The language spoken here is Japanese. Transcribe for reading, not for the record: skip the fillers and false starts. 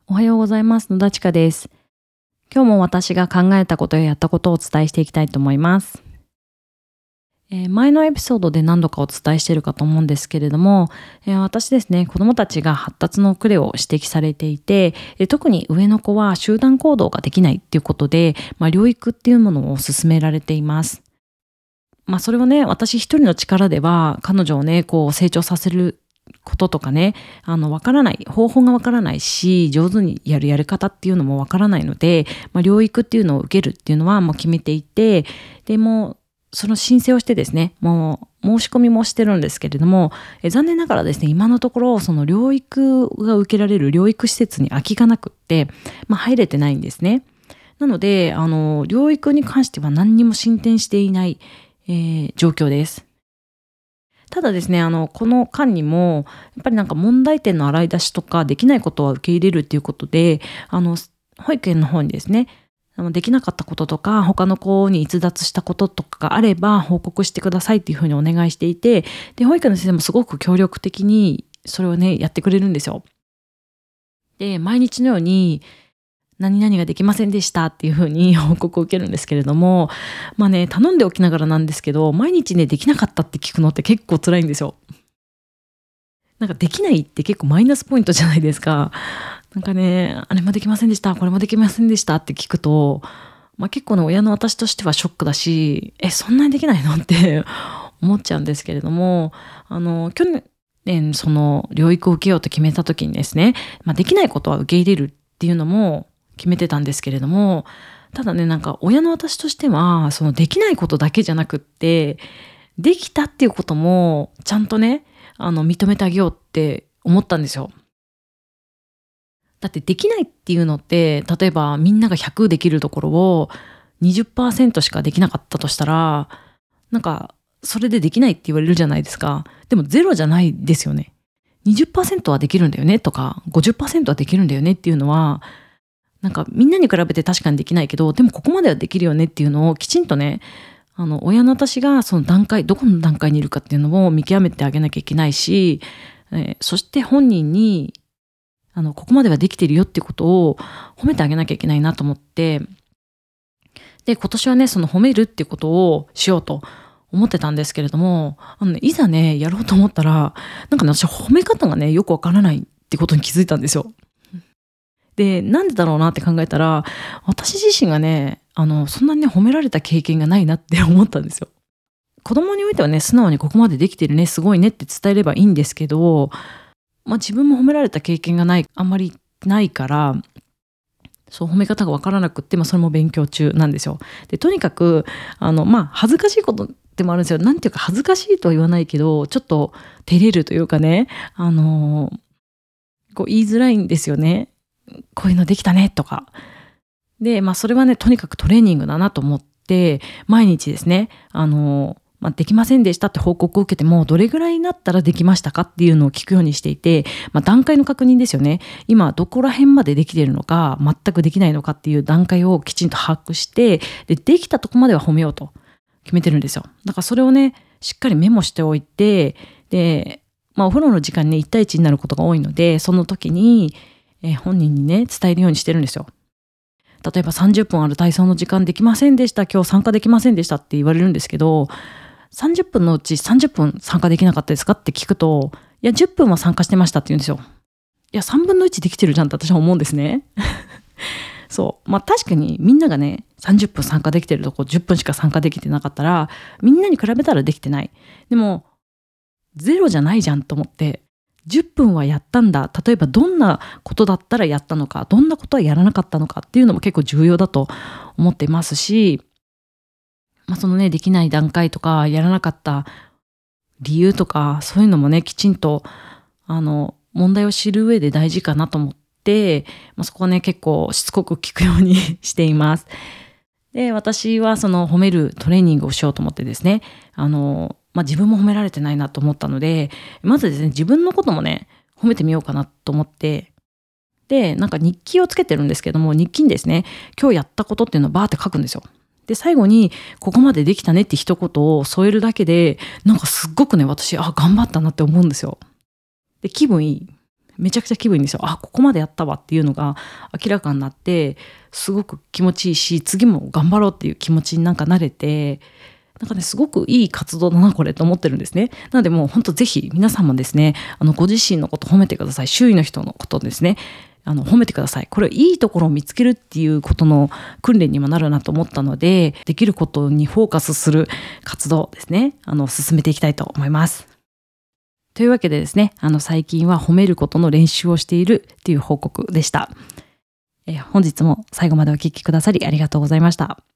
おはようございます。野田千佳です。今日も私が考えたことややったことをお伝えしていきたいと思います。前のエピソードで何度かお伝えしているかと思うんですけれども、私ですね、子どもたちが発達の遅れを指摘されていて、特に上の子は集団行動ができないっていうことで、療育っていうものを勧められています。それはね、私一人の力では彼女をね、こう成長させることとかね、わからない、方法がわからないし、上手にやるやり方っていうのもわからないので、療育っていうのを受けるっていうのはもう決めていて、でもその申請をしてですね、もう申し込みもしてるんですけれども、残念ながらですね、今のところその療育が受けられる療育施設に空きがなくって、入れてないんですね。なので、療育に関しては何にも進展していない、状況です。ただですね、この間にも、やっぱりなんか問題点の洗い出しとか、できないことは受け入れるっていうことで、保育園の方にですね、できなかったこととか、他の子に逸脱したこととかがあれば報告してくださいっていうふうにお願いしていて、で、保育園の先生もすごく協力的にそれをね、やってくれるんですよ。で、毎日のように、何々ができませんでしたっていう風に報告を受けるんですけれども、頼んでおきながらなんですけど、毎日ね、できなかったって聞くのって結構辛いんですよ。なんかできないって結構マイナスポイントじゃないですか。なんかね、あれもできませんでした、これもできませんでしたって聞くと、結構ね、親の私としてはショックだし、そんなにできないのって思っちゃうんですけれども、去年その療育を受けようと決めた時にですね、できないことは受け入れるっていうのも決めてたんですけれども、ただね、なんか親の私としては、そのできないことだけじゃなくって、できたっていうこともちゃんとね、認めてあげようって思ったんですよ。だってできないっていうのって、例えばみんなが100できるところを20%しかできなかったとしたら、なんかそれでできないって言われるじゃないですか。でもゼロじゃないですよね。20%はできるんだよねとか、50%はできるんだよねっていうのは、なんかみんなに比べて確かにできないけど、でもここまではできるよねっていうのをきちんとね、親の私がその段階、どこの段階にいるかっていうのを見極めてあげなきゃいけないし、そして本人にここまではできてるよっていうことを褒めてあげなきゃいけないなと思って、で、今年はね、その褒めるっていうことをしようと思ってたんですけれども、いざね、やろうと思ったら、なんかね、私褒め方がね、よくわからないってことに気づいたんですよ。で、なんでだろうなって考えたら、私自身がね、そんなにね、褒められた経験がないなって思ったんですよ。子供においてはね、素直にここまでできてるね、すごいねって伝えればいいんですけど、自分も褒められた経験がない、あんまりないから、そう、褒め方がわからなくって、それも勉強中なんですよ。で、とにかく、恥ずかしいことでもあるんですよ。なんていうか恥ずかしいとは言わないけど、ちょっと照れるというかね、こう言いづらいんですよね。こういうのできたねとか。で、それはね、とにかくトレーニングだなと思って、毎日ですね、できませんでしたって報告を受けても、どれぐらいになったらできましたかっていうのを聞くようにしていて、段階の確認ですよね。今、どこら辺までできているのか、全くできないのかっていう段階をきちんと把握して、できたとこまでは褒めようと決めてるんですよ。だからそれをね、しっかりメモしておいて、で、お風呂の時間にね、1対1になることが多いので、その時に、本人にね、伝えるようにしてるんですよ。例えば30分ある体操の時間できませんでした、今日参加できませんでしたって言われるんですけど、30分のうち30分参加できなかったですかって聞くと、いや、10分は参加してましたって言うんですよ。いや、3分の1できてるじゃんって私は思うんですね。そう。確かにみんながね、30分参加できてるとこ10分しか参加できてなかったら、みんなに比べたらできてない。でも、ゼロじゃないじゃんと思って、10分はやったんだ。例えばどんなことだったらやったのか、どんなことはやらなかったのかっていうのも結構重要だと思っていますし、そのね、できない段階とか、やらなかった理由とか、そういうのもね、きちんと、問題を知る上で大事かなと思って、そこはね、結構しつこく聞くようにしています。で、私はその褒めるトレーニングをしようと思ってですね、自分も褒められてないなと思ったので、まずですね、自分のこともね、褒めてみようかなと思って、で、なんか日記をつけてるんですけども、日記にですね、今日やったことっていうのをバーって書くんですよ。で、最後に、ここまでできたねって一言を添えるだけで、なんかすっごくね、私、頑張ったなって思うんですよ。で、気分いい。 めちゃくちゃ気分いいんですよ。ここまでやったわっていうのが明らかになって、すごく気持ちいいし、次も頑張ろうっていう気持ちになれて、すごくいい活動だなこれと思ってるんですね。なのでもう本当ぜひ皆さんもですね、ご自身のこと褒めてください。周囲の人のことですね、褒めてください。これいいところを見つけるっていうことの訓練にもなるなと思ったので、できることにフォーカスする活動ですね、進めていきたいと思います。というわけでですね、最近は褒めることの練習をしているっていう報告でした。本日も最後までお聞きくださりありがとうございました。